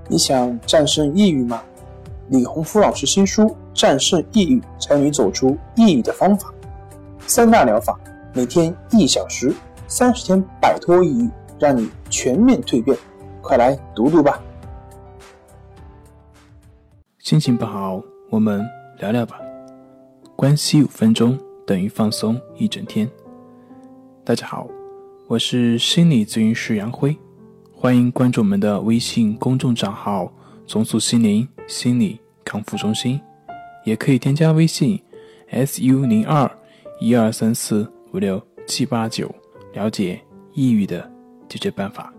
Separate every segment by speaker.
Speaker 1: 你想战胜抑郁吗？李洪福老师新书《战胜抑郁，教你走出抑郁的方法》，3大疗法，每天1小时，30天摆脱抑郁，让你全面蜕变。快来读读吧。
Speaker 2: 心情不好，我们聊聊吧。关系5分钟等于放松1整天。大家好，我是心理咨询师杨辉，欢迎关注我们的微信公众账号重塑心灵心理康复中心，也可以添加微信 SU02-1234-56789 了解抑郁的解决办法。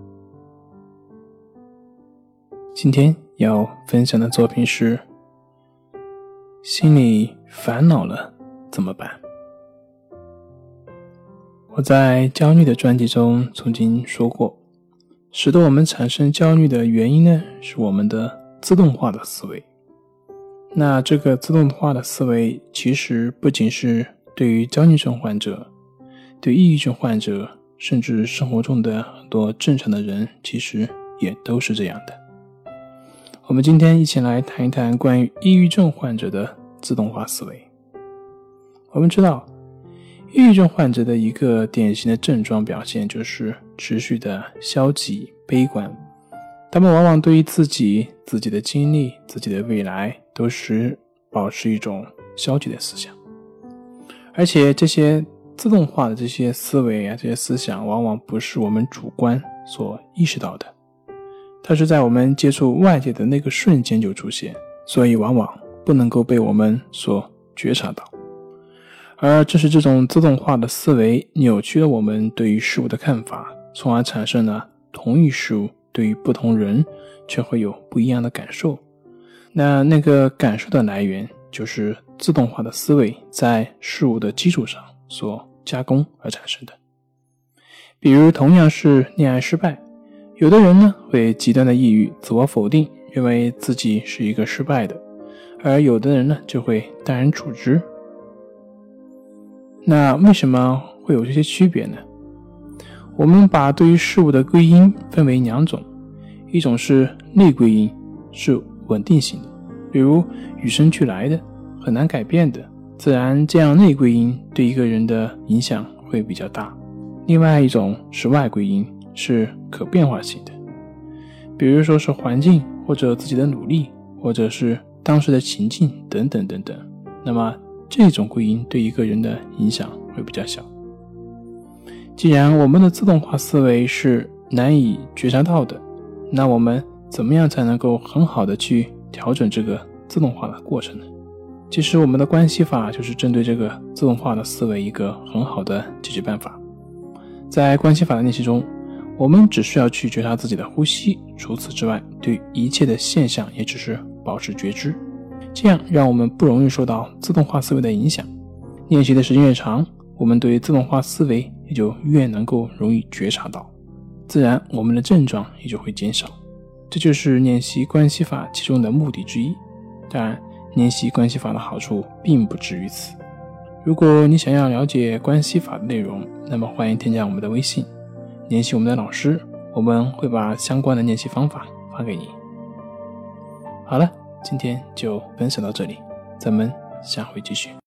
Speaker 2: 今天要分享的作品是：心里烦恼了怎么办？我在焦虑的专辑中曾经说过，使得我们产生焦虑的原因呢，是我们的自动化的思维。那这个自动化的思维其实不仅是对于焦虑症患者，对抑郁症患者，甚至生活中的很多正常的人，其实也都是这样的。我们今天一起来谈一谈关于抑郁症患者的自动化思维。我们知道，抑郁症患者的一个典型的症状表现就是持续的消极悲观，他们往往对于自己的经历、自己的未来都是保持一种消极的思想，而且这些自动化的这些思维这些思想往往不是我们主观所意识到的，它是在我们接触外界的那个瞬间就出现，所以往往不能够被我们所觉察到。而正是这种自动化的思维扭曲了我们对于事物的看法，从而产生了同一事物对于不同人却会有不一样的感受。那个感受的来源就是自动化的思维在事物的基础上所加工而产生的。比如同样是恋爱失败，有的人呢会极端的抑郁，自我否定，认为自己是一个失败的，而有的人呢就会淡然处之。那为什么会有这些区别呢？我们把对于事物的归因分为2种，一种是内归因，是稳定性的，比如与生俱来的，很难改变的，自然这样内归因对一个人的影响会比较大。另外一种是外归因，是可变化性的，比如说是环境，或者自己的努力，或者是当时的情境等等等等。那么这种归因对一个人的影响会比较小。既然我们的自动化思维是难以觉察到的，那我们怎么样才能够很好的去调整这个自动化的过程呢？其实我们的关系法就是针对这个自动化的思维一个很好的解决办法。在关系法的练习中，我们只需要去觉察自己的呼吸，除此之外对一切的现象也只是保持觉知，这样让我们不容易受到自动化思维的影响。练习的时间越长，我们对于自动化思维也就越能够容易觉察到，自然我们的症状也就会减少。这就是练习关系法其中的目的之一。当然，练习关系法的好处并不止于此。如果你想要了解关系法的内容，那么欢迎添加我们的微信，联系我们的老师，我们会把相关的练习方法发给你。好了，今天就分享到这里，咱们下回继续。